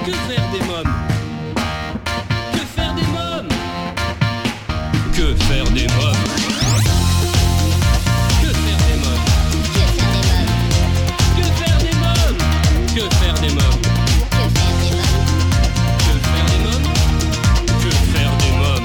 Que faire des mômes? Que faire des mômes? Que faire des mômes? Que faire des mômes? Que faire des mômes? Que faire des mômes? Que faire des mômes? Que faire des mômes?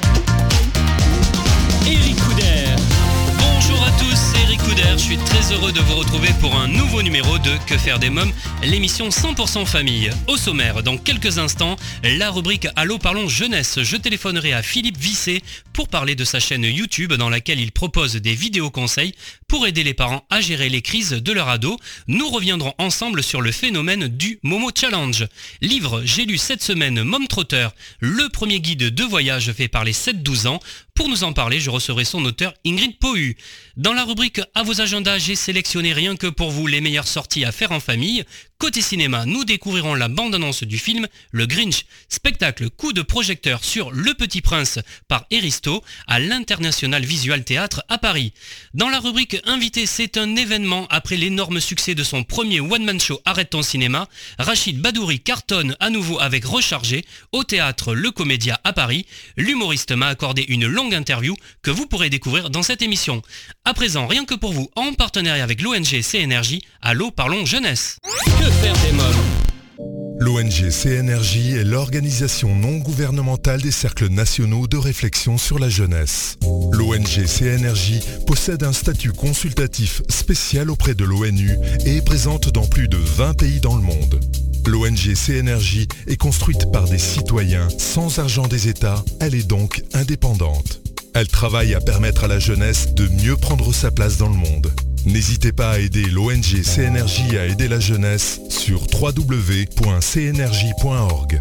Eric Couder. Bonjour à tous, c'est Eric Couder. Je suis très heureux de vous retrouver pour un nouveau numéro de Que faire des mômes, l'émission 100% famille. Au sommaire, dans quelques instants, la rubrique Allô parlons jeunesse. Je téléphonerai à Philippe Vissé pour parler de sa chaîne YouTube dans laquelle il propose des vidéos conseils pour aider les parents à gérer les crises de leur ado. Nous reviendrons ensemble sur le phénomène du Momo Challenge. Livre, j'ai lu cette semaine Mom Trotter, le premier guide de voyage fait par les 7-12 ans. Pour nous en parler, je recevrai son auteur Ingrid Pohu. Dans la rubrique À vos agendas, j'ai sélectionné rien que pour vous les meilleures sorties à faire en famille. Côté cinéma, nous découvrirons la bande-annonce du film Le Grinch, spectacle coup de projecteur sur Le Petit Prince par Eristo à l'International Visual Theatre à Paris. Dans la rubrique Invité, c'est un événement après l'énorme succès de son premier one-man show Arrête ton cinéma. Rachid Badouri cartonne à nouveau avec Rechargé au théâtre Le Comédia à Paris. L'humoriste m'a accordé une longue interview que vous pourrez découvrir dans cette émission. À présent, rien que pour vous, en partenariat avec l'ONG CNRJ, Allô parlons jeunesse. Que faire des mômes? L'ONG CNRJ est l'organisation non gouvernementale des cercles nationaux de réflexion sur la jeunesse. L'ONG CNRJ possède un statut consultatif spécial auprès de l'ONU et est présente dans plus de 20 pays dans le monde. L'ONG CNRJ est construite par des citoyens sans argent des États, elle est donc indépendante. Elle travaille à permettre à la jeunesse de mieux prendre sa place dans le monde. N'hésitez pas à aider l'ONG CNRJ à aider la jeunesse sur www.cnrj.org.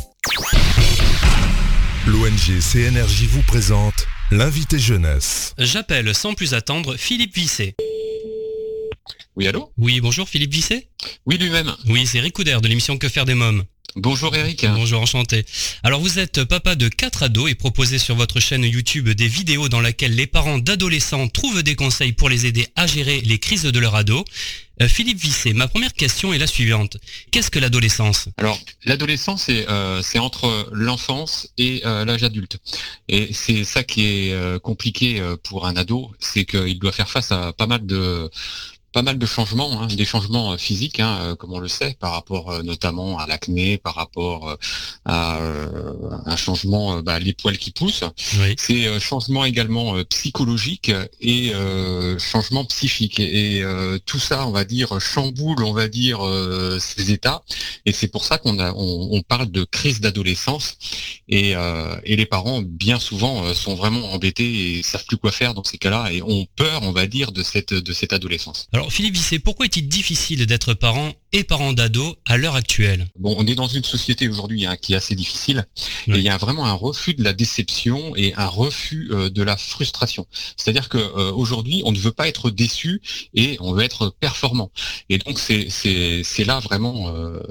L'ONG CNRJ vous présente l'invité jeunesse. J'appelle sans plus attendre Philippe Vissé. Oui, allô? Oui, bonjour Philippe Vissé. Oui, lui-même. Oui, c'est Eric Couder de l'émission Que faire des mômes. Bonjour Eric. Bonjour, enchanté. Alors vous êtes papa de 4 ados et proposez sur votre chaîne YouTube des vidéos dans lesquelles les parents d'adolescents trouvent des conseils pour les aider à gérer les crises de leur ado. Philippe Vissé, ma première question est la suivante. Qu'est-ce que l'adolescence? Alors, l'adolescence, c'est entre l'enfance et l'âge adulte. Et c'est ça qui est compliqué pour un ado, c'est qu'il doit faire face à pas mal de changements, hein, des changements physiques, comme on le sait, par rapport notamment à l'acné, par rapport à un changement, les poils qui poussent. Oui. C'est changement également psychologique et changement psychique. Et tout ça, on va dire, chamboule, ces états. Et c'est pour ça qu'on parle de crise d'adolescence. Et les parents, bien souvent, sont vraiment embêtés et savent plus quoi faire dans ces cas-là et ont peur, on va dire, de cette adolescence. Alors Philippe Vissé, pourquoi est-il difficile d'être parent et parent d'ado à l'heure actuelle? Bon, on est dans une société aujourd'hui qui est assez difficile. Oui. Et il y a vraiment un refus de la déception et un refus de la frustration. C'est-à-dire que aujourd'hui, on ne veut pas être déçu et on veut être performant. Et donc c'est là vraiment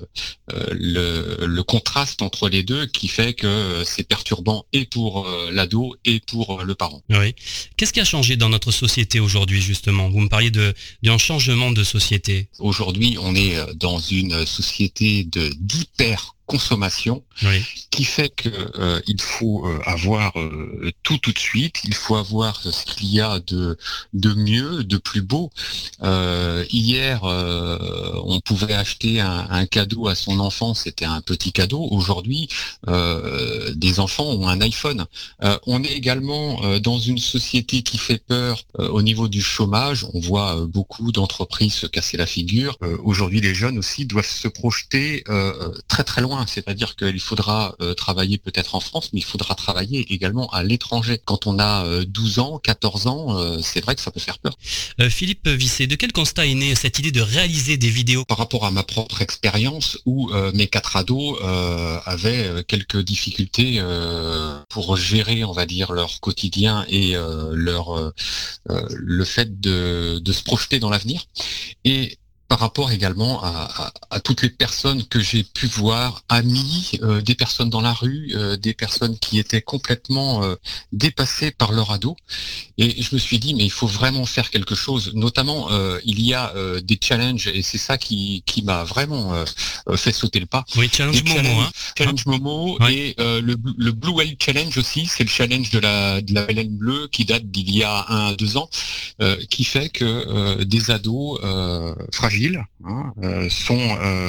le contraste entre les deux qui fait que c'est perturbant et pour l'ado et pour le parent. Oui. Qu'est-ce qui a changé dans notre société aujourd'hui justement? Vous me parliez d'un changement de société. Aujourd'hui, on est dans une société d'hyper-consommation, Oui. qui fait que il faut avoir tout de suite, il faut avoir ce qu'il y a de mieux, de plus beau. Hier, on pouvait acheter un cadeau à son enfant, c'était un petit cadeau. Aujourd'hui, des enfants ont un iPhone. On est également dans une société qui fait peur au niveau du chômage. On voit beaucoup d'entreprises se casser la figure. Aujourd'hui, les jeunes aussi doivent se projeter très très loin. C'est-à-dire qu'il faudra travailler peut-être en France, mais il faudra travailler également à l'étranger. Quand on a 12 ans, 14 ans, c'est vrai que ça peut faire peur. Philippe Vissé, de quel constat est née cette idée de réaliser des vidéos? Par rapport à ma propre expérience, où mes 4 ados avaient quelques difficultés pour gérer, on va dire, leur quotidien et le fait de se projeter dans l'avenir. Et par rapport également à toutes les personnes que j'ai pu voir, amis, des personnes dans la rue, des personnes qui étaient complètement dépassées par leur ado. Et je me suis dit, mais il faut vraiment faire quelque chose. Notamment, il y a des challenges, et c'est ça qui m'a vraiment fait sauter le pas. Oui, challenge Momo. Challenge Momo, oui. Et le Blue Whale Challenge aussi, c'est le challenge de la baleine bleue qui date d'il y a 1 à 2 ans, qui fait que des ados fragiles sont,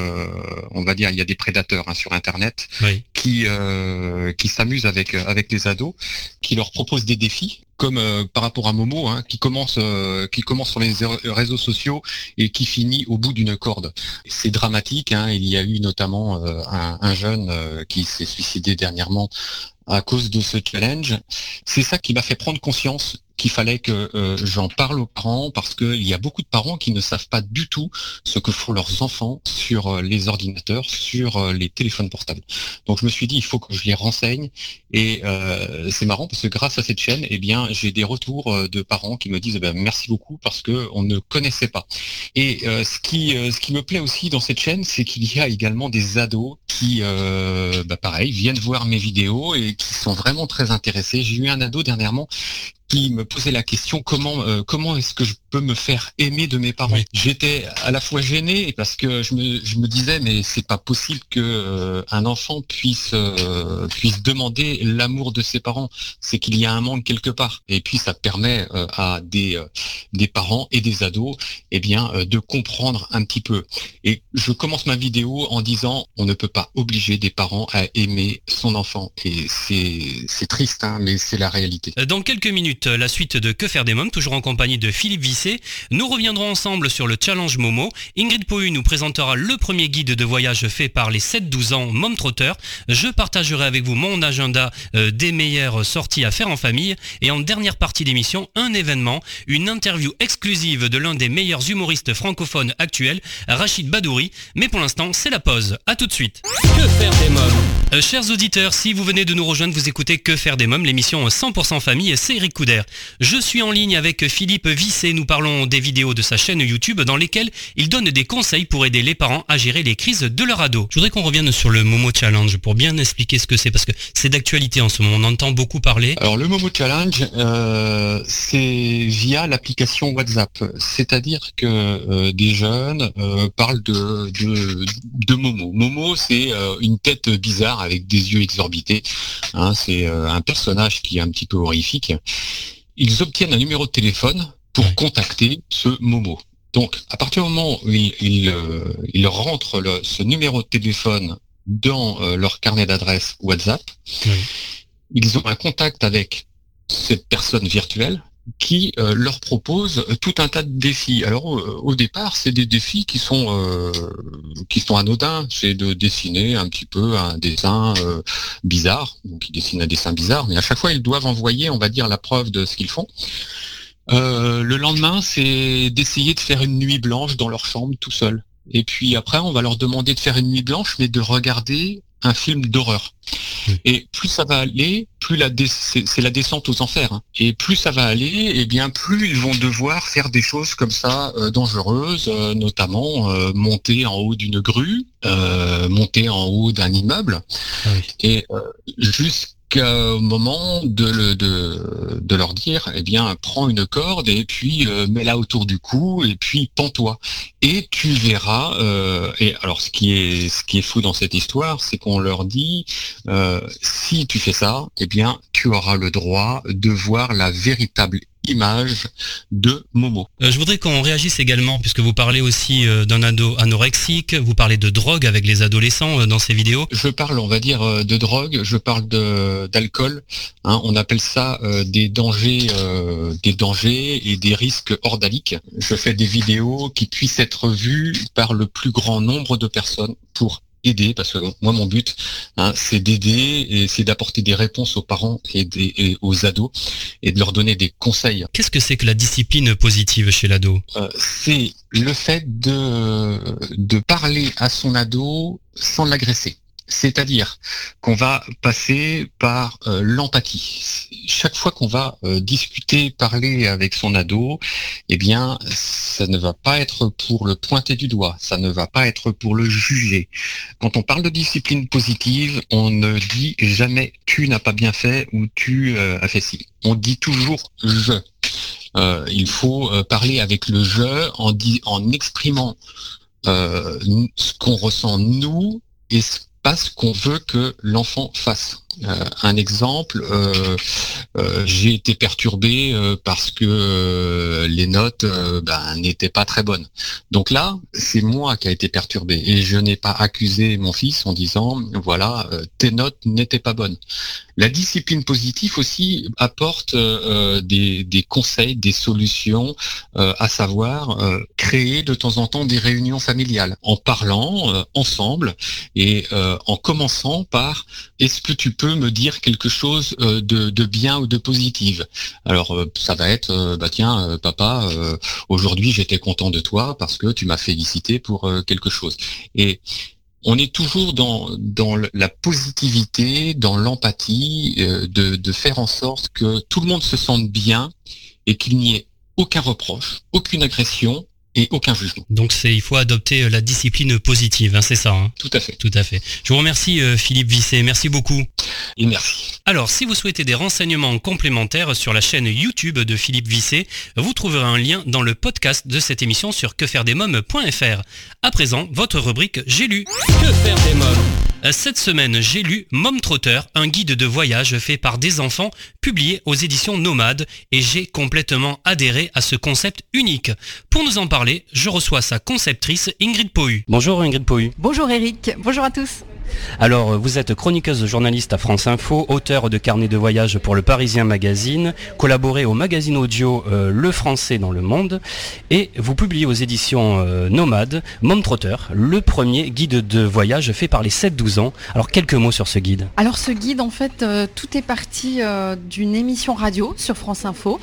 on va dire, il y a des prédateurs sur Internet, oui, qui s'amusent avec les ados, qui leur proposent des défis, comme par rapport à Momo, qui commence sur les réseaux sociaux et qui finit au bout d'une corde. C'est dramatique. Il y a eu notamment un jeune qui s'est suicidé dernièrement à cause de ce challenge. C'est ça qui m'a fait prendre conscience qu'il fallait que j'en parle aux parents, parce qu'il y a beaucoup de parents qui ne savent pas du tout ce que font leurs enfants sur les ordinateurs, sur les téléphones portables. Donc je me suis dit, il faut que je les renseigne, et c'est marrant parce que grâce à cette chaîne, eh bien, j'ai des retours de parents qui me disent merci beaucoup, parce que on ne connaissait pas. Et ce qui me plaît aussi dans cette chaîne, c'est qu'il y a également des ados qui, pareil, viennent voir mes vidéos et qui sont vraiment très intéressés. J'ai eu un ado dernièrement qui me posait la question, comment est-ce que je peux me faire aimer de mes parents. Oui. J'étais à la fois gêné parce que je me disais, mais c'est pas possible que un enfant puisse demander l'amour de ses parents. C'est qu'il y a un manque quelque part. Et puis ça permet à des parents et des ados, de comprendre un petit peu. Et je commence ma vidéo en disant, on ne peut pas obliger des parents à aimer son enfant. Et c'est triste, mais c'est la réalité. Dans quelques minutes, la suite de Que faire des mômes, toujours en compagnie de Philippe Vissé. Nous reviendrons ensemble sur le challenge Momo. Ingrid Pohu nous présentera le premier guide de voyage fait par les 7-12 ans mômes trotteurs. Je partagerai avec vous mon agenda des meilleures sorties à faire en famille. Et en dernière partie d'émission, un événement, une interview exclusive de l'un des meilleurs humoristes francophones actuels, Rachid Badouri. Mais pour l'instant, c'est la pause. À tout de suite. Que faire des mômes. Chers auditeurs, si vous venez de nous rejoindre, vous écoutez Que faire des mômes, l'émission 100% famille, c'est Eric Couder. Je suis en ligne avec Philippe Vissé. Nous parlons des vidéos de sa chaîne YouTube dans lesquelles il donne des conseils pour aider les parents à gérer les crises de leur ado. Je voudrais qu'on revienne sur le Momo Challenge pour bien expliquer ce que c'est, parce que c'est d'actualité en ce moment, on entend beaucoup parler. Alors le Momo Challenge, c'est via l'application WhatsApp. C'est-à-dire que des jeunes parlent de Momo. Momo, c'est une tête bizarre avec des yeux exorbités. C'est un personnage qui est un petit peu horrifique. Ils obtiennent un numéro de téléphone pour contacter ce Momo. Donc, à partir du moment où ils rentrent ce numéro de téléphone dans leur carnet d'adresse WhatsApp, ils ont un contact avec cette personne virtuelle qui leur propose tout un tas de défis. Alors au départ, c'est des défis qui sont anodins. C'est de dessiner un petit peu un dessin bizarre. Donc ils dessinent un dessin bizarre, mais à chaque fois ils doivent envoyer, on va dire, la preuve de ce qu'ils font. Le lendemain, c'est d'essayer de faire une nuit blanche dans leur chambre tout seul. Et puis après, on va leur demander de faire une nuit blanche, mais de regarder un film d'horreur. Et plus ça va aller, plus c'est la descente aux enfers. Et plus ça va aller, plus ils vont devoir faire des choses comme ça dangereuses, notamment monter en haut d'une grue, monter en haut d'un immeuble, et jusqu'au moment de leur dire, prends une corde et puis mets-la autour du cou et puis pends-toi. Et tu verras. Et alors, ce qui est fou dans cette histoire, c'est qu'on leur dit, si tu fais ça, tu auras le droit de voir la véritable image de Momo. Je voudrais qu'on réagisse également, puisque vous parlez aussi d'un ado anorexique, vous parlez de drogue avec les adolescents dans ces vidéos. Je parle, on va dire, de drogue, je parle d'alcool. On appelle ça des dangers et des risques ordaliques. Je fais des vidéos qui puissent être vues par le plus grand nombre de personnes pour aider, parce que moi mon but c'est d'aider et c'est d'apporter des réponses aux parents et aux ados et de leur donner des conseils. Qu'est-ce que c'est que la discipline positive chez l'ado ? C'est le fait de parler à son ado sans l'agresser. C'est-à-dire qu'on va passer par l'empathie. Chaque fois qu'on va discuter, parler avec son ado, eh bien, ça ne va pas être pour le pointer du doigt, ça ne va pas être pour le juger. Quand on parle de discipline positive, on ne dit jamais « tu n'as pas bien fait » ou « tu as fait ci ». On dit toujours « je ». Il faut parler avec le « je » en exprimant ce qu'on ressent nous et pas ce qu'on veut que l'enfant fasse. Un exemple, j'ai été perturbé parce que les notes n'étaient pas très bonnes. Donc là, c'est moi qui a été perturbé et je n'ai pas accusé mon fils en disant voilà, tes notes n'étaient pas bonnes. La discipline positive aussi apporte des conseils, des solutions, à savoir créer de temps en temps des réunions familiales en parlant ensemble et en commençant par est-ce que tu peux me dire quelque chose de bien ou de positif. Alors ça va être tiens papa, aujourd'hui j'étais content de toi parce que tu m'as félicité pour quelque chose. Et on est toujours dans la positivité, dans l'empathie, de faire en sorte que tout le monde se sente bien et qu'il n'y ait aucun reproche, aucune agression et aucun jugement. Donc il faut adopter la discipline positive, hein, c'est ça, hein. Tout à fait. Tout à fait. Je vous remercie Philippe Visset, merci beaucoup. Et merci. Alors, si vous souhaitez des renseignements complémentaires sur la chaîne YouTube de Philippe Visset, vous trouverez un lien dans le podcast de cette émission sur quefairedesmoms.fr. À présent, votre rubrique J'ai lu. Que faire des mômes ? Cette semaine, j'ai lu Mom Trotter, un guide de voyage fait par des enfants, publié aux éditions Nomade, et j'ai complètement adhéré à ce concept unique. Pour nous en parler, je reçois sa conceptrice Ingrid Pohu. Bonjour Ingrid Pohu. Bonjour Eric, bonjour à tous. Alors, vous êtes chroniqueuse journaliste à France Info, auteure de carnets de voyage pour le Parisien Magazine, collaborez au magazine audio Le Français dans le Monde, et vous publiez aux éditions Nomade, Mom Trotter, le premier guide de voyage fait par les 7-12 ans. Alors, quelques mots sur ce guide. Alors, ce guide, en fait, tout est parti d'une émission radio sur France Info.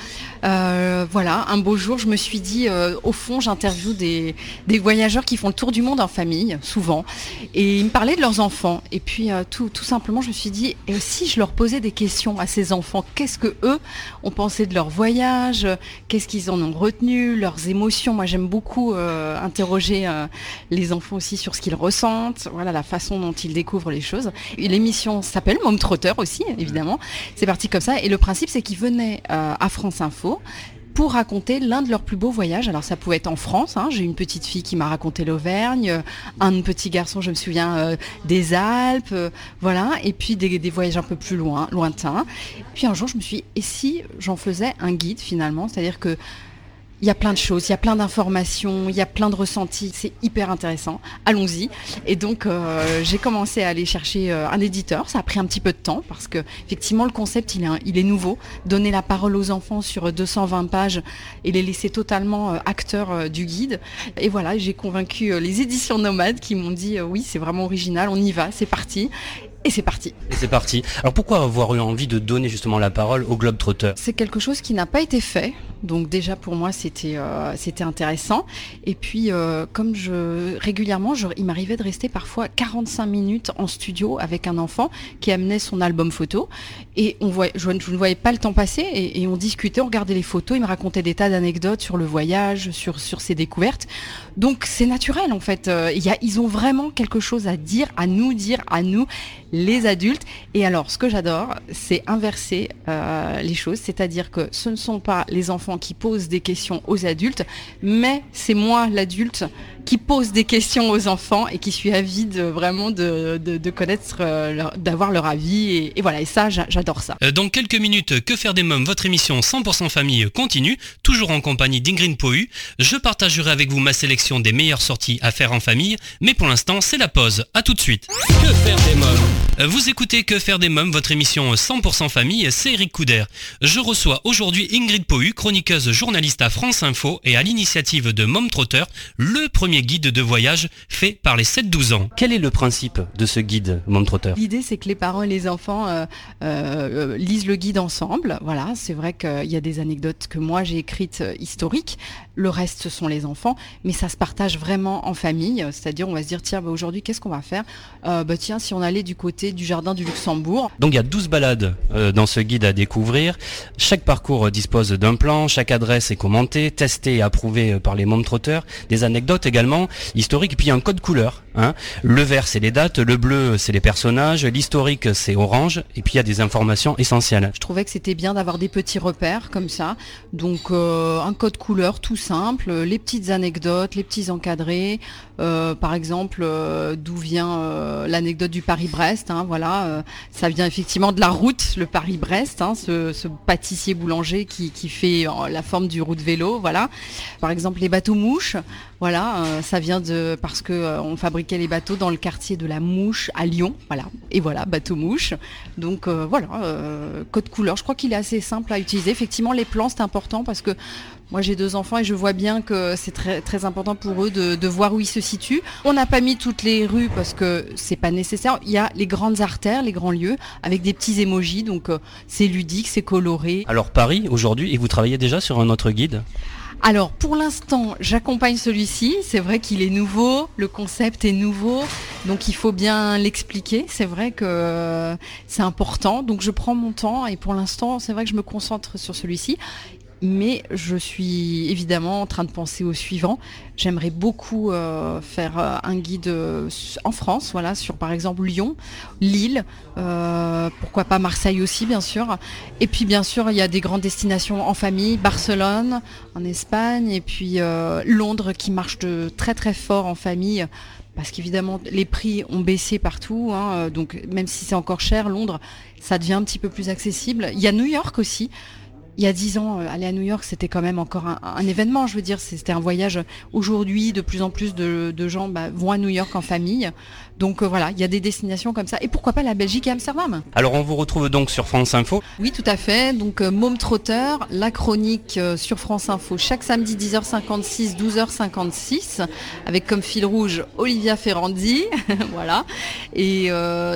Voilà, un beau jour, je me suis dit, au fond, j'interviewe des voyageurs qui font le tour du monde en famille, souvent, et ils me parlaient de leurs enfants. Et puis tout simplement je me suis dit, et si je leur posais des questions à ces enfants, qu'est-ce que eux ont pensé de leur voyage, qu'est-ce qu'ils en ont retenu, leurs émotions. Moi j'aime beaucoup interroger les enfants aussi sur ce qu'ils ressentent, voilà, la façon dont ils découvrent les choses. Et l'émission s'appelle Mom Trotter aussi, évidemment. C'est parti comme ça, et le principe c'est qu'ils venaient à France Info pour raconter l'un de leurs plus beaux voyages. Alors ça pouvait être en France, hein. J'ai une petite fille qui m'a raconté l'Auvergne, un petit garçon, je me souviens, des Alpes, voilà, et puis des voyages un peu plus lointains. Puis un jour je me suis dit, et si j'en faisais un guide finalement, c'est-à-dire que il y a plein de choses, il y a plein d'informations, il y a plein de ressentis, c'est hyper intéressant, allons-y. Et donc j'ai commencé à aller chercher un éditeur, ça a pris un petit peu de temps parce que effectivement le concept il est nouveau, donner la parole aux enfants sur 220 pages et les laisser totalement acteurs du guide. Et voilà, j'ai convaincu les éditions Nomades qui m'ont dit oui, c'est vraiment original, on y va, c'est parti. Et c'est parti. Et c'est parti. Alors pourquoi avoir eu envie de donner justement la parole au Globetrotter ? C'est quelque chose qui n'a pas été fait. Donc déjà pour moi c'était intéressant. Et puis comme régulièrement il m'arrivait de rester parfois 45 minutes en studio avec un enfant qui amenait son album photo. Et je ne voyais pas le temps passer et on discutait, on regardait les photos, il me racontait des tas d'anecdotes sur le voyage, sur ses découvertes. Donc c'est naturel en fait. Ils ont vraiment quelque chose à dire, à nous, les adultes. Et alors, ce que j'adore, c'est inverser les choses, c'est-à-dire que ce ne sont pas les enfants qui posent des questions aux adultes, mais c'est moi, l'adulte, qui pose des questions aux enfants et qui suis avide vraiment de connaître, d'avoir leur avis. Et voilà, et ça, j'adore ça. Dans quelques minutes, Que faire des mômes, votre émission 100% famille continue, toujours en compagnie d'Ingrid Pohu. Je partagerai avec vous ma sélection des meilleures sorties à faire en famille, mais pour l'instant, c'est la pause. À tout de suite. Que faire des mômes ? Vous écoutez Que faire des mômes, votre émission 100% famille, c'est Eric Couder. Je reçois aujourd'hui Ingrid Pohu, chroniqueuse journaliste à France Info et à l'initiative de Mom Trotter, le premier guide de voyage fait par les 7-12 ans. Quel est le principe de ce guide Mom Trotter ? L'idée c'est que les parents et les enfants lisent le guide ensemble. Voilà, c'est vrai qu'il y a des anecdotes que moi j'ai écrites historiques, Le reste, ce sont les enfants, mais ça se partage vraiment en famille. C'est-à-dire, on va se dire, tiens, aujourd'hui, qu'est-ce qu'on va faire ? Tiens, si on allait du côté du jardin du Luxembourg. Donc il y a 12 balades dans ce guide à découvrir. Chaque parcours dispose d'un plan, chaque adresse est commentée, testée et approuvée par les mômes trotteurs. Des anecdotes également historiques, et puis il y a un code couleur. Le vert, c'est les dates, le bleu, c'est les personnages, l'historique, c'est orange, et puis il y a des informations essentielles. Je trouvais que c'était bien d'avoir des petits repères comme ça. Donc un code couleur tout simple, les petites anecdotes, les petits encadrés. Par exemple, d'où vient l'anecdote du Paris-Brest. Ça vient effectivement de la route, le Paris-Brest, ce pâtissier boulanger qui fait la forme du route vélo. Voilà. Par exemple, les bateaux mouches. Ça vient parce que on fabriquait les bateaux dans le quartier de la Mouche à Lyon. Voilà. Et voilà, bateau mouche. Donc code couleur. Je crois qu'il est assez simple à utiliser. Effectivement, les plans, c'est important parce que moi, j'ai 2 enfants et je vois bien que c'est très, très important pour eux de voir où ils se situent. On n'a pas mis toutes les rues parce que c'est pas nécessaire. Il y a les grandes artères, les grands lieux, avec des petits émojis. Donc, c'est ludique, c'est coloré. Alors, Paris, aujourd'hui, et vous travaillez déjà sur un autre guide ? Alors, pour l'instant, j'accompagne celui-ci. C'est vrai qu'il est nouveau, le concept est nouveau, donc il faut bien l'expliquer. C'est vrai que c'est important, donc je prends mon temps et pour l'instant, c'est vrai que je me concentre sur celui-ci. Mais je suis évidemment en train de penser au suivant. J'aimerais beaucoup faire un guide en France, sur par exemple Lyon, Lille, pourquoi pas Marseille aussi bien sûr. Et puis bien sûr il y a des grandes destinations en famille, Barcelone en Espagne et puis Londres qui marche de très très fort en famille. Parce qu'évidemment, les prix ont baissé partout, donc même si c'est encore cher, Londres, ça devient un petit peu plus accessible. Il y a New York aussi. Il y a 10 ans, aller à New York, c'était quand même encore un événement. Je veux dire, c'était un voyage. Aujourd'hui, de plus en plus de gens vont à New York en famille. Donc il y a des destinations comme ça. Et pourquoi pas la Belgique et Amsterdam ? Alors, on vous retrouve donc sur France Info ? Oui, tout à fait. Donc, Môme Trotteur, la chronique sur France Info, chaque samedi 10h56, 12h56, avec comme fil rouge Olivia Ferrandi. Voilà. Et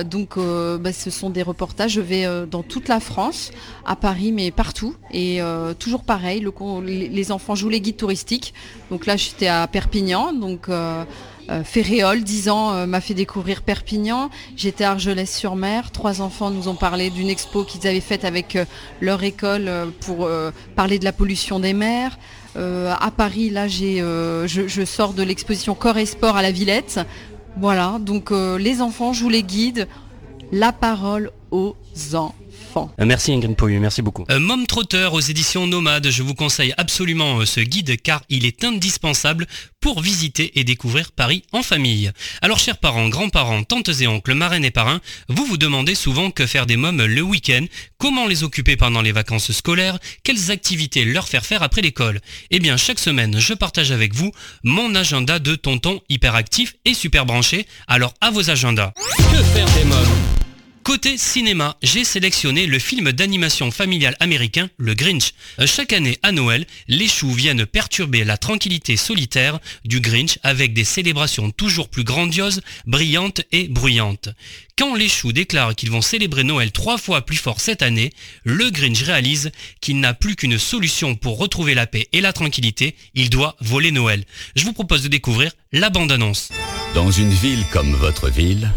ce sont des reportages. Je vais dans toute la France, à Paris, mais partout. Et toujours pareil, les enfants jouent les guides touristiques. Donc là, j'étais à Perpignan, Ferréol, 10 ans, m'a fait découvrir Perpignan. J'étais à Argelès-sur-Mer. 3 enfants nous ont parlé d'une expo qu'ils avaient faite avec leur école pour parler de la pollution des mers. À Paris, là, je sors de l'exposition Corps et Sport à la Villette. Voilà, donc les enfants jouent les guides. La parole aux enfants. Merci Ingrid Poyu, merci beaucoup. Môme Trotteur aux éditions Nomade, je vous conseille absolument ce guide car il est indispensable pour visiter et découvrir Paris en famille. Alors chers parents, grands-parents, tantes et oncles, marraines et parrains, vous vous demandez souvent que faire des mômes le week-end, comment les occuper pendant les vacances scolaires, quelles activités leur faire après l'école. Eh bien chaque semaine, je partage avec vous mon agenda de tonton hyperactif et super branché, alors à vos agendas. Que faire des mômes ? Côté cinéma, j'ai sélectionné le film d'animation familiale américain, Le Grinch. Chaque année à Noël, les choux viennent perturber la tranquillité solitaire du Grinch avec des célébrations toujours plus grandioses, brillantes et bruyantes. Quand les choux déclarent qu'ils vont célébrer Noël 3 fois plus fort cette année, le Grinch réalise qu'il n'a plus qu'une solution pour retrouver la paix et la tranquillité, il doit voler Noël. Je vous propose de découvrir la bande-annonce. Dans une ville comme votre ville,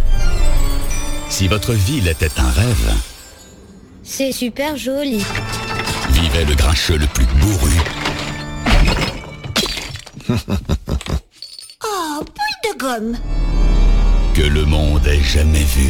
si votre ville était un rêve, c'est super joli. Vivait le grincheux le plus bourru. Oh, boule de gomme. Que le monde ait jamais vu.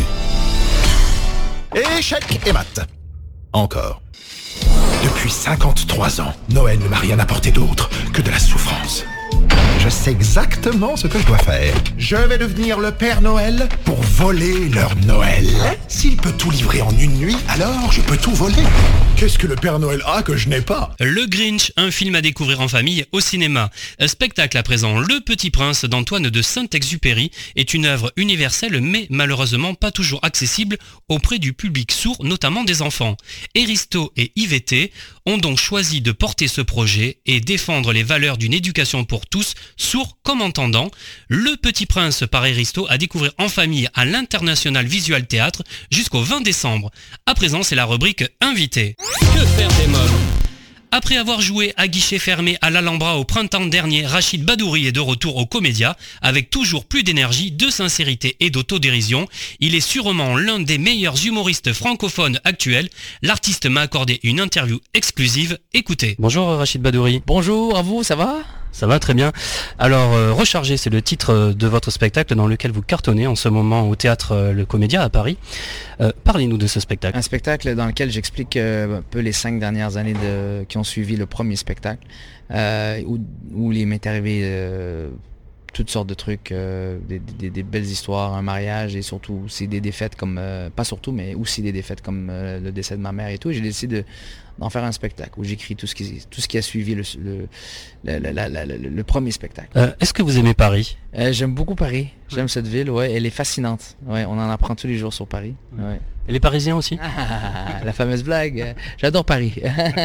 Échec et mat. Encore. Depuis 53 ans, Noël ne m'a rien apporté d'autre que de la souffrance. Je sais exactement ce que je dois faire. Je vais devenir le Père Noël pour voler leur Noël. S'il peut tout livrer en une nuit, alors je peux tout voler. Qu'est-ce que le Père Noël a que je n'ai pas ? Le Grinch, un film à découvrir en famille au cinéma. Spectacle à présent, Le Petit Prince d'Antoine de Saint-Exupéry est une œuvre universelle mais malheureusement pas toujours accessible auprès du public sourd, notamment des enfants. Eristo et Yveté ont donc choisi de porter ce projet et défendre les valeurs d'une éducation pour tous, sourds comme entendants. Le Petit Prince par Eristo à découvrir en famille à l'International Visual Théâtre jusqu'au 20 décembre. À présent, c'est la rubrique Invité. Que faire des mômes ? Après avoir joué à guichet fermé à l'Alhambra au printemps dernier, Rachid Badouri est de retour au Comédia avec toujours plus d'énergie, de sincérité et d'autodérision. Il est sûrement l'un des meilleurs humoristes francophones actuels. L'artiste m'a accordé une interview exclusive. Écoutez. Bonjour Rachid Badouri. Bonjour à vous, ça va ? Ça va très bien. Alors, Recharger, c'est le titre de votre spectacle dans lequel vous cartonnez en ce moment au théâtre Le Comédia à Paris. Parlez-nous de ce spectacle. Un spectacle dans lequel j'explique un peu les 5 dernières années qui ont suivi le premier spectacle, où il m'est arrivé toutes sortes de trucs, des belles histoires, un mariage et surtout aussi des défaites comme, pas surtout, mais aussi des défaites comme le décès de ma mère et tout. Et j'ai décidé d'en faire un spectacle où j'écris tout ce qui a suivi le premier spectacle. Est-ce que vous aimez Paris ? J'aime beaucoup Paris, j'aime cette ville, ouais, elle est fascinante. Ouais, on en apprend tous les jours sur Paris. Ouais. Et les Parisiens aussi ? La fameuse blague, j'adore Paris.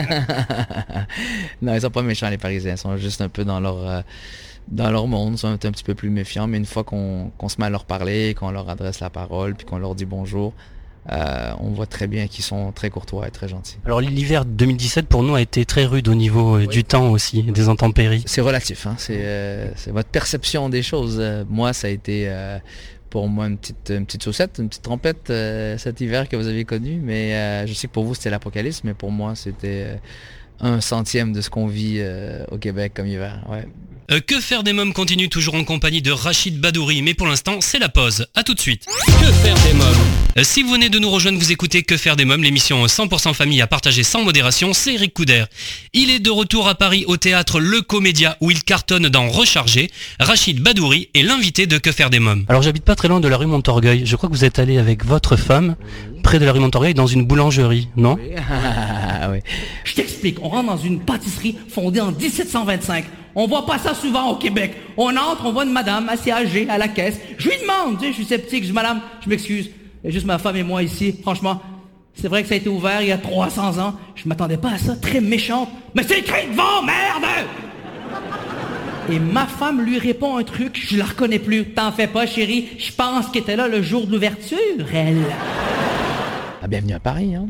Non, ils sont pas méchants les Parisiens, ils sont juste un peu dans leur monde, ils sont un petit peu plus méfiants, mais une fois qu'on se met à leur parler, qu'on leur adresse la parole, puis qu'on leur dit bonjour, on voit très bien qu'ils sont très courtois et très gentils. Alors l'hiver 2017 pour nous a été très rude au niveau du temps aussi, des intempéries. C'est relatif, hein, c'est votre perception des choses. Moi, ça a été pour moi une petite saucette, une petite trompette cet hiver que vous avez connu, mais je sais que pour vous c'était l'apocalypse, mais pour moi c'était 1/100 de ce qu'on vit au Québec comme hiver. Ouais. Que faire des mômes continue toujours en compagnie de Rachid Badouri, mais pour l'instant c'est la pause. À tout de suite. Que faire des mômes ? Si vous venez de nous rejoindre, vous écoutez Que faire des mômes, l'émission 100% famille à partager sans modération, c'est Eric Couder. Il est de retour à Paris au théâtre Le Comédia où il cartonne dans Recharger. Rachid Badouri est l'invité de Que faire des mômes. Alors j'habite pas très loin de la rue Montorgueil. Je crois que vous êtes allé avec votre femme près de la rue Montorgueil dans une boulangerie, non ? Oui. Oui. Je t'explique, on rentre dans une pâtisserie fondée en 1725. On voit pas ça souvent au Québec. On entre, on voit une madame assez âgée à la caisse. Je lui demande, je suis sceptique, je dis madame, je m'excuse. Il y a juste ma femme et moi ici. Franchement, c'est vrai que ça a été ouvert il y a 300 ans. Je m'attendais pas à ça, très méchante. Mais c'est écrit devant, merde! Et ma femme lui répond un truc, je la reconnais plus. T'en fais pas, chérie, je pense qu'elle était là le jour de l'ouverture, elle. Ah, bienvenue à Paris, hein.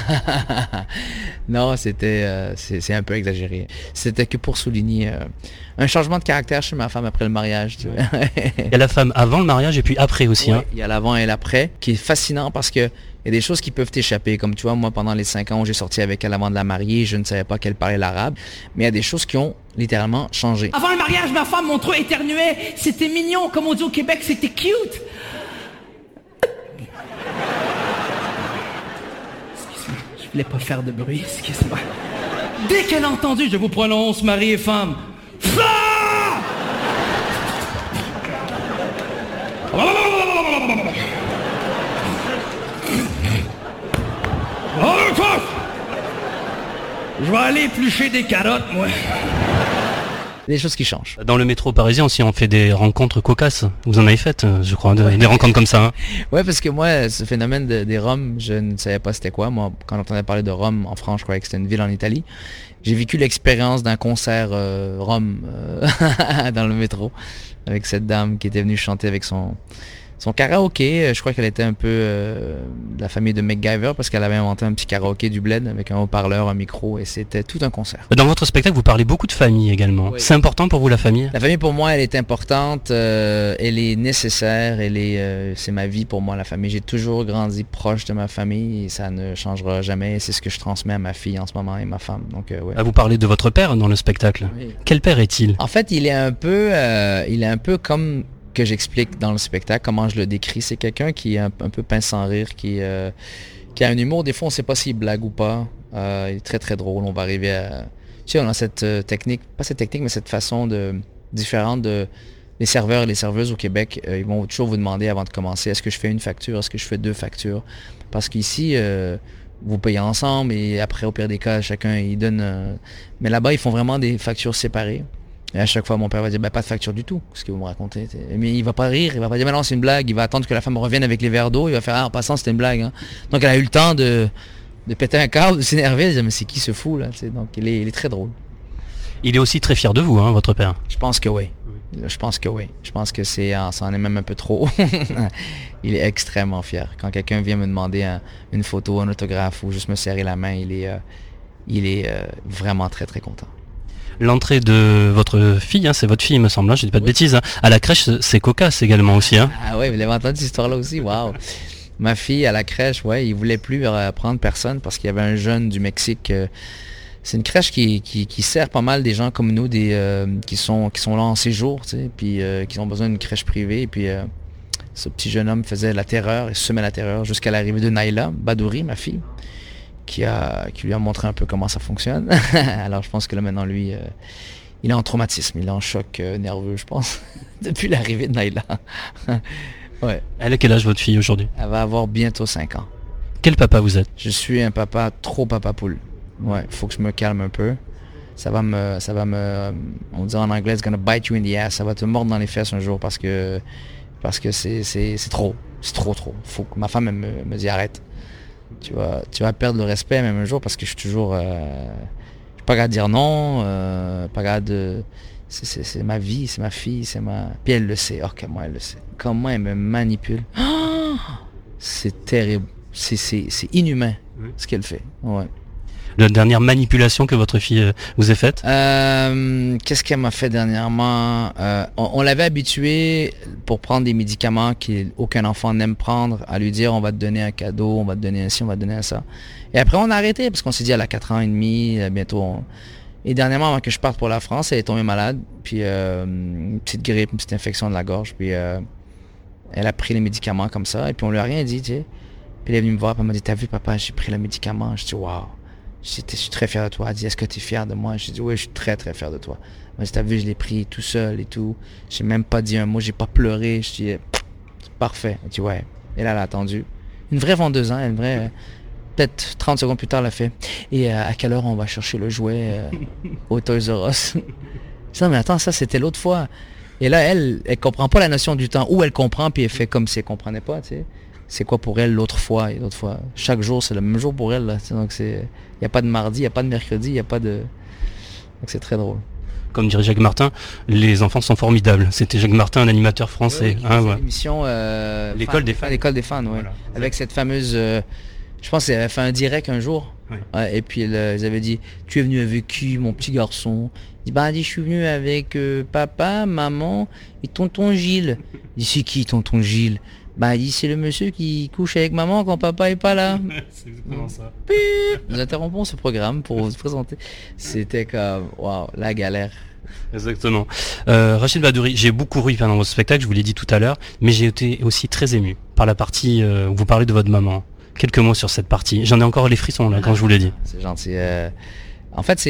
Non, c'est un peu exagéré. C'était que pour souligner un changement de caractère chez ma femme après le mariage. Tu vois. Il y a la femme avant le mariage et puis après aussi. Oui, hein. Il y a l'avant et l'après, qui est fascinant parce que il y a des choses qui peuvent t'échapper. Comme tu vois, moi, pendant les 5 ans où j'ai sorti avec elle avant de la marier, je ne savais pas qu'elle parlait l'arabe. Mais il y a des choses qui ont littéralement changé. Avant le mariage, ma femme, mon trop éternuait. C'était mignon, comme on dit au Québec, c'était cute. Je voulais pas faire de bruit, excuse-moi. Dès qu'elle a entendu, je vous prononce mari et femme. Je vais aller éplucher des carottes, moi. Des choses qui changent. Dans le métro parisien aussi, on fait des rencontres cocasses. Vous en avez fait, je crois, des rencontres comme ça. Hein. Ouais, parce que moi, ce phénomène des Roms, je ne savais pas c'était quoi. Moi, quand j'entendais parler de Rome en France, je croyais que c'était une ville en Italie. J'ai vécu l'expérience d'un concert Rome dans le métro avec cette dame qui était venue chanter avec son karaoké. Je crois qu'elle était un peu de la famille de MacGyver parce qu'elle avait inventé un petit karaoké du bled avec un haut-parleur, un micro et c'était tout un concert. Dans votre spectacle, vous parlez beaucoup de famille également. Oui. C'est important pour vous la famille ? La famille pour moi, elle est importante, elle est nécessaire, c'est ma vie pour moi la famille. J'ai toujours grandi proche de ma famille et ça ne changera jamais. C'est ce que je transmets à ma fille en ce moment et ma femme. Donc, ouais. Vous parlez de votre père dans le spectacle. Oui. Quel père est-il ? En fait, il est un peu comme que j'explique dans le spectacle, comment je le décris. C'est quelqu'un qui est un peu pince sans rire, qui a un humour. Des fois, on ne sait pas s'il blague ou pas. Il est très, très drôle. On va arriver à... Tu sais, on a cette technique, pas cette technique, mais cette façon différente de... Les serveurs et les serveuses au Québec, ils vont toujours vous demander avant de commencer, est-ce que je fais une facture, est-ce que je fais 2 factures? Parce qu'ici, vous payez ensemble et après, au pire des cas, chacun, il donne... Mais là-bas, ils font vraiment des factures séparées. Et à chaque fois, mon père va dire, pas de facture du tout, ce que vous me racontez. Mais il va pas rire, il va pas dire, non, c'est une blague, il va attendre que la femme revienne avec les verres d'eau, il va faire, en passant, c'était une blague. Hein. Donc, elle a eu le temps de péter un câble, de s'énerver, de dire, mais c'est qui ce fou, là? Donc, il est très drôle. Il est aussi très fier de vous, hein, votre père. Je pense que oui. Je pense que ça en est même un peu trop. Il est extrêmement fier. Quand quelqu'un vient me demander une photo, un autographe ou juste me serrer la main, il il est vraiment très très content. L'entrée de votre fille, c'est votre fille il me semble, je dis pas de bêtises, à la crèche c'est cocasse également aussi. Ah ouais, vous l'avez entendu cette histoire-là aussi, waouh. Ma fille à la crèche, il voulait plus prendre personne parce qu'il y avait un jeune du Mexique. C'est une crèche qui sert pas mal des gens comme nous, qui sont là en séjour, puis qui ont besoin d'une crèche privée. Et puis ce petit jeune homme faisait la terreur, il semait la terreur jusqu'à l'arrivée de Naila Badouri, ma fille, qui lui a montré un peu comment ça fonctionne. Alors je pense que là maintenant lui, il est en traumatisme, il est en choc nerveux, je pense, depuis l'arrivée de Naila. Ouais. Elle a quel âge votre fille aujourd'hui? Elle va avoir bientôt 5 ans. Quel papa vous êtes? Je suis un papa trop papa poule. Ouais, faut que je me calme un peu. Ça va me, on dit en anglais, it's gonna bite you in the ass. Ça va te mordre dans les fesses un jour parce que c'est trop. C'est trop. Faut que ma femme elle me dit arrête. Tu vas perdre le respect même un jour parce que je suis toujours, je suis pas capable de dire non, pas capable de, c'est ma vie, c'est ma fille, puis elle le sait. Oh, comment elle le sait. Comment elle me manipule. Oh, c'est terrible. C'est inhumain ce qu'elle fait. Ouais. La dernière manipulation que votre fille vous ait faite? Qu'est-ce qu'elle m'a fait dernièrement? On l'avait habitué pour prendre des médicaments qu'aucun enfant n'aime prendre, à lui dire on va te donner un cadeau, on va te donner un ci, on va te donner un ça. Et après on a arrêté parce qu'on s'est dit elle a 4 ans et demi, bientôt. Et dernièrement, avant que je parte pour la France, elle est tombée malade, puis une petite grippe, une petite infection de la gorge, puis elle a pris les médicaments comme ça, et puis on lui a rien dit, tu sais. Puis elle est venue me voir, puis elle m'a dit, t'as vu papa, j'ai pris le médicament. Je dis, waouh. Je suis très fier de toi. Elle dit, est-ce que tu es fier de moi? Je dis, oui, je suis très très fier de toi. Elle m'a dit, t'as vu, je l'ai pris tout seul et tout. J'ai même pas dit un mot, j'ai pas pleuré. Je dis, c'est parfait. Elle dit, ouais. Et là, elle a attendu. Une vraie vendeuse, une vraie... peut-être 30 secondes plus tard, elle a fait. Et à quelle heure on va chercher le jouet au Toys R Us? Je dis, non, mais attends, ça c'était l'autre fois. Et là, elle comprend pas la notion du temps. Ou elle comprend, puis elle fait comme si elle comprenait pas, tu sais. C'est quoi pour elle l'autre fois et l'autre fois. Chaque jour, c'est le même jour pour elle. Là. Donc, il n'y a pas de mardi, il n'y a pas de mercredi, il n'y a pas de... Donc, c'est très drôle. Comme dirait Jacques Martin, les enfants sont formidables. C'était Jacques Martin, un animateur français. Ouais, l'émission... L'école des fans. L'école des fans, oui. Voilà, avec cette fameuse... je pense qu'elle avait fait un direct un jour. Oui. Et puis, ils avaient dit, tu es venu avec qui, mon petit garçon? Il dit, je suis venu avec papa, maman et tonton Gilles. Il dit, c'est qui tonton Gilles? Il dit, c'est le monsieur qui couche avec maman quand papa est pas là. C'est exactement ça. Nous interrompons ce programme pour vous présenter. C'était comme, waouh, la galère. Exactement. Rachid Badouri, j'ai beaucoup ri pendant votre spectacle, je vous l'ai dit tout à l'heure, mais j'ai été aussi très ému par la partie où vous parlez de votre maman. Quelques mots sur cette partie. J'en ai encore les frissons là quand je vous l'ai dit. C'est gentil. En fait,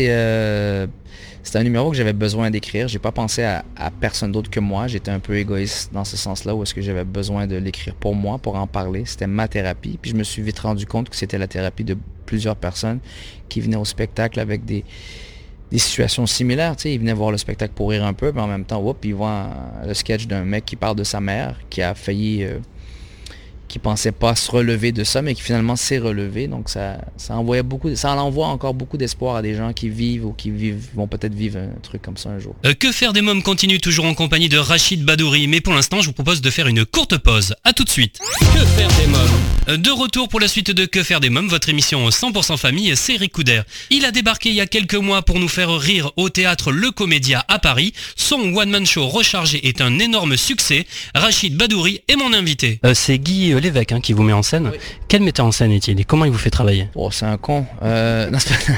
c'est un numéro que j'avais besoin d'écrire. J'ai pas pensé à personne d'autre que moi. J'étais un peu égoïste dans ce sens-là où est-ce que j'avais besoin de l'écrire pour moi, pour en parler. C'était ma thérapie. Puis je me suis vite rendu compte que c'était la thérapie de plusieurs personnes qui venaient au spectacle avec des situations similaires. Tu sais, ils venaient voir le spectacle pour rire un peu, mais en même temps, ils voient le sketch d'un mec qui parle de sa mère, qui a failli... qui pensait pas se relever de ça, mais qui finalement s'est relevé. Donc ça envoie encore beaucoup d'espoir à des gens qui vivent ou vont peut-être vivre un truc comme ça un jour. Que faire des mômes continue toujours en compagnie de Rachid Badouri, mais pour l'instant je vous propose de faire une courte pause. A tout de suite. Que faire des mômes? De retour pour la suite de Que faire des mômes, votre émission 100% famille, c'est Eric Couder. Il a débarqué il y a quelques mois pour nous faire rire au théâtre Le Comédia à Paris. Son one-man show rechargé est un énorme succès. Rachid Badouri est mon invité. C'est Guy Lévesque qui vous met en scène. Oui. Quel metteur en scène est-il et comment il vous fait travailler? Oh, c'est un con. Non,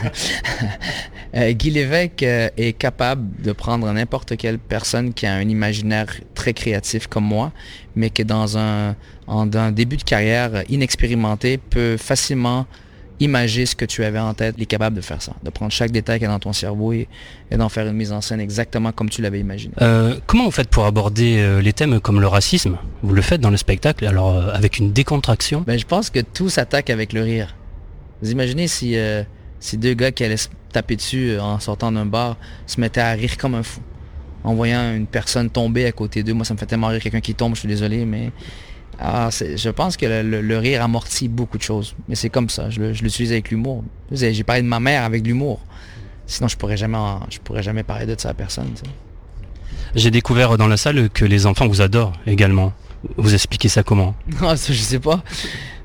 Guy Lévesque est capable de prendre n'importe quelle personne qui a un imaginaire très créatif comme moi, mais qui dans un début de carrière inexpérimenté peut facilement imager ce que tu avais en tête. Il est capable de faire ça, de prendre chaque détail qui est dans ton cerveau et d'en faire une mise en scène exactement comme tu l'avais imaginé. Comment vous faites pour aborder les thèmes comme le racisme? Vous le faites dans le spectacle, alors avec une décontraction? Je pense que tout s'attaque avec le rire. Vous imaginez si deux gars qui allaient se taper dessus en sortant d'un bar se mettaient à rire comme un fou en voyant une personne tomber à côté d'eux. Moi, ça me fait tellement rire quelqu'un qui tombe, je suis désolé, mais... je pense que le rire amortit beaucoup de choses. Mais c'est comme ça, je l'utilise avec l'humour. J'ai parlé de ma mère avec l'humour. Sinon, je pourrais jamais parler de ça à personne. Tu sais. J'ai découvert dans la salle que les enfants vous adorent également. Vous expliquez ça comment? Non, ça, je sais pas.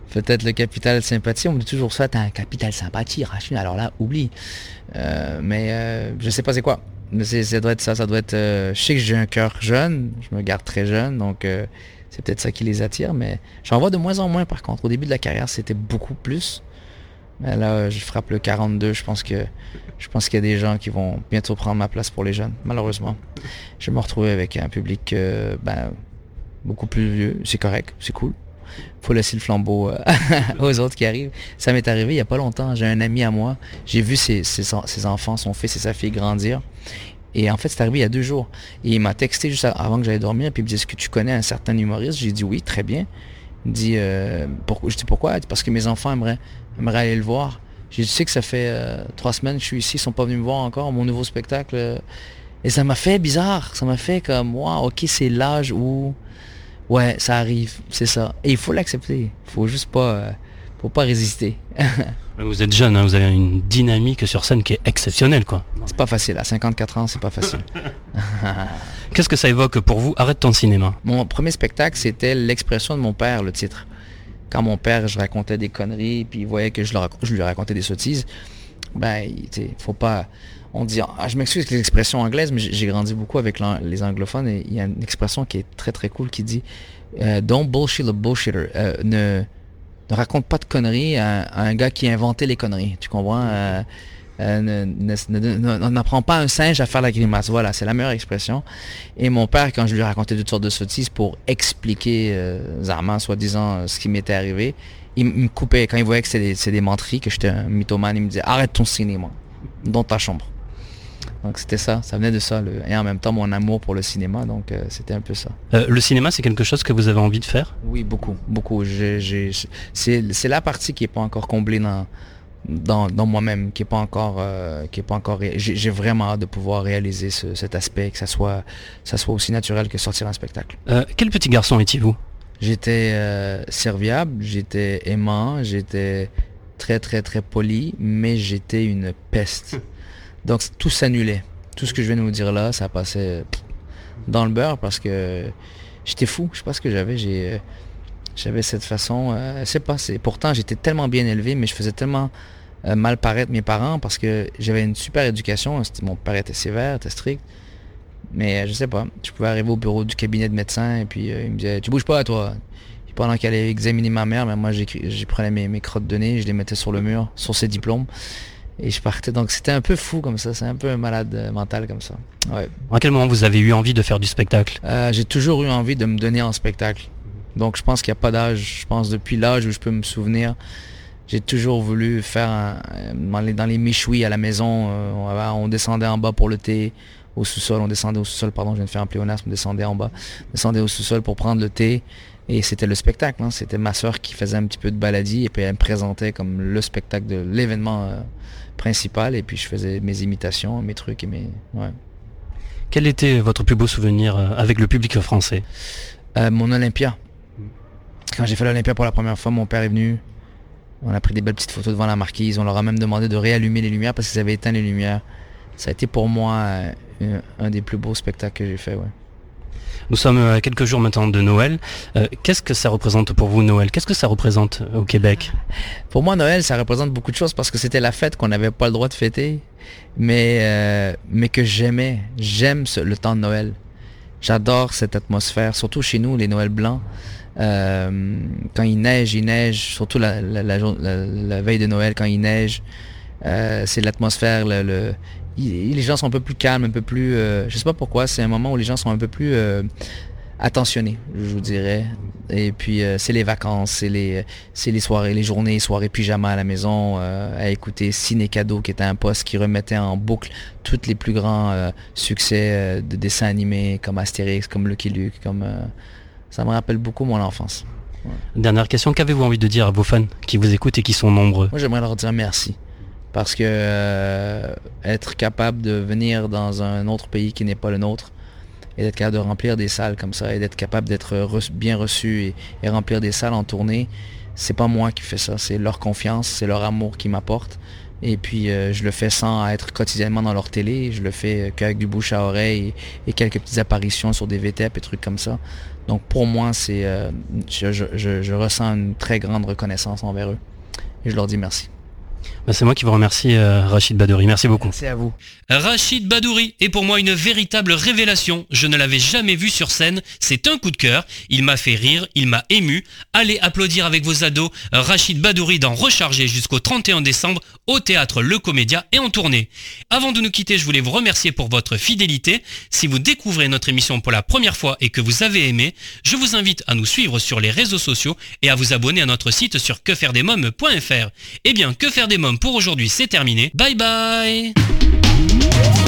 Peut-être le capital sympathie, on me dit toujours ça, t'as un capital sympathie, Rachid, alors là, oublie. Mais je sais pas c'est quoi. Mais ça doit être ça, doit être... je sais que j'ai un cœur jeune, je me garde très jeune, donc c'est peut-être ça qui les attire, mais j'en vois de moins en moins par contre. Au début de la carrière, c'était beaucoup plus. Mais là, je frappe le 42, je pense qu'il y a des gens qui vont bientôt prendre ma place pour les jeunes, malheureusement. Je vais me retrouver avec un public beaucoup plus vieux, c'est correct, c'est cool. Faut laisser le flambeau aux autres qui arrivent. Ça m'est arrivé il n'y a pas longtemps. J'ai un ami à moi. J'ai vu ses enfants, son fils et sa fille grandir. Et en fait, c'est arrivé il y a 2 jours. Et il m'a texté juste avant que j'aille dormir. Puis il me dit, est-ce que tu connais un certain humoriste? J'ai dit oui, très bien. Il me dit, je dis pourquoi? Il dit, parce que mes enfants aimeraient aller le voir. J'ai dit, tu sais que ça fait 3 semaines que je suis ici. Ils sont pas venus me voir encore, mon nouveau spectacle. Et ça m'a fait bizarre. Ça m'a fait comme, wow, ok, c'est l'âge où... Ouais, ça arrive, c'est ça. Et il faut l'accepter. Faut juste pas résister. Vous êtes jeune, hein, vous avez une dynamique sur scène qui est exceptionnelle, quoi. C'est pas facile. À 54 ans, c'est pas facile. Qu'est-ce que ça évoque pour vous? Arrête ton cinéma. Mon premier spectacle, c'était l'expression de mon père, le titre. Quand mon père, je racontais des conneries, puis il voyait que je lui racontais des sottises, faut pas... On dit, je m'excuse avec les expressions anglaises, mais j'ai grandi beaucoup avec les anglophones et il y a une expression qui est très très cool qui dit don't bullshit the bullshitter. Ne raconte pas de conneries à un gars qui a inventé les conneries. Tu comprends? N'apprends pas un singe à faire la grimace. Voilà, c'est la meilleure expression. Et mon père, quand je lui racontais toutes sortes de sottises pour expliquer Zarma, soi-disant, ce qui m'était arrivé, il me coupait. Quand il voyait que c'est des menteries, que j'étais un mythomane, il me disait arrête ton cinéma dans ta chambre. Donc c'était ça venait de ça, et en même temps mon amour pour le cinéma, donc c'était un peu ça. Le cinéma, c'est quelque chose que vous avez envie de faire? Oui, beaucoup. C'est la partie qui n'est pas encore comblée dans moi-même, qui est pas encore j'ai vraiment hâte de pouvoir réaliser cet aspect, que ça soit aussi naturel que sortir un spectacle. Quel petit garçon étiez-vous? J'étais serviable, j'étais aimant, j'étais très très très poli, mais j'étais une peste. Donc tout s'annulait. Tout ce que je viens de vous dire là, ça passait dans le beurre parce que j'étais fou. Je sais pas ce que j'avais. J'avais cette façon. Pourtant j'étais tellement bien élevé, mais je faisais tellement mal paraître mes parents parce que j'avais une super éducation. Mon père était sévère, était strict. Mais je sais pas. Je pouvais arriver au bureau du cabinet de médecin et puis il me disait tu bouges pas toi. Puis pendant qu'elle allait examiner ma mère, moi j'ai prenais mes crottes de nez, je les mettais sur le mur, sur ses diplômes. Et je partais, donc c'était un peu fou comme ça, c'est un peu un malade mental comme ça. Ouais. À quel moment vous avez eu envie de faire du spectacle? J'ai toujours eu envie de me donner en spectacle. Donc je pense qu'il n'y a pas d'âge, je pense depuis l'âge où je peux me souvenir, j'ai toujours voulu faire dans les méchouis à la maison, on descendait en bas pour le thé, au sous-sol, je viens de faire un pléonasme, on descendait en bas, descendait au sous-sol pour prendre le thé. Et c'était le spectacle, hein. C'était ma soeur qui faisait un petit peu de baladie et puis elle me présentait comme le spectacle de l'événement principal et puis je faisais mes imitations, mes trucs et ouais. Quel était votre plus beau souvenir avec le public français? Mon Olympia. Quand j'ai fait l'Olympia pour la première fois, mon père est venu, on a pris des belles petites photos devant la marquise, on leur a même demandé de réallumer les lumières parce qu'ils avaient éteint les lumières. Ça a été pour moi un des plus beaux spectacles que j'ai fait, ouais. Nous sommes à quelques jours maintenant de Noël. Qu'est-ce que ça représente pour vous, Noël? Qu'est-ce que ça représente au Québec? Pour moi, Noël, ça représente beaucoup de choses parce que c'était la fête qu'on n'avait pas le droit de fêter, mais que j'aimais. J'aime le temps de Noël. J'adore cette atmosphère, surtout chez nous, les Noëls blancs. Quand il neige, surtout la veille de Noël, quand il neige, c'est l'atmosphère, les gens sont un peu plus calmes, un peu plus... je sais pas pourquoi, c'est un moment où les gens sont un peu plus attentionnés, je vous dirais. Et puis c'est les vacances, c'est les soirées, les soirées pyjama à la maison, à écouter Ciné Cadeau, qui était un poste qui remettait en boucle tous les plus grands succès de dessins animés, comme Astérix, comme Lucky Luke, comme... ça me rappelle beaucoup mon enfance. Ouais. Dernière question, qu'avez-vous envie de dire à vos fans qui vous écoutent et qui sont nombreux? Moi, j'aimerais leur dire merci. Parce que être capable de venir dans un autre pays qui n'est pas le nôtre et d'être capable de remplir des salles comme ça et d'être capable d'être bien reçu et remplir des salles en tournée, c'est pas moi qui fais ça, c'est leur confiance, c'est leur amour qui m'apporte. Et puis je le fais sans être quotidiennement dans leur télé, je le fais qu'avec du bouche à oreille et quelques petites apparitions sur des VTEP et trucs comme ça. Donc pour moi, c'est, je ressens une très grande reconnaissance envers eux. Et je leur dis merci. C'est moi qui vous remercie, Rachid Badouri. Merci beaucoup. Merci à vous. Rachid Badouri est pour moi une véritable révélation. Je ne l'avais jamais vu sur scène. C'est un coup de cœur. Il m'a fait rire, il m'a ému. Allez applaudir avec vos ados Rachid Badouri dans Recharger jusqu'au 31 décembre au théâtre Le Comédia et en tournée. Avant de nous quitter, je voulais vous remercier pour votre fidélité. Si vous découvrez notre émission pour la première fois et que vous avez aimé, je vous invite à nous suivre sur les réseaux sociaux et à vous abonner à notre site sur quefairedesmoms.fr. Eh bien, Que faire des mômes pour aujourd'hui, c'est terminé. Bye bye.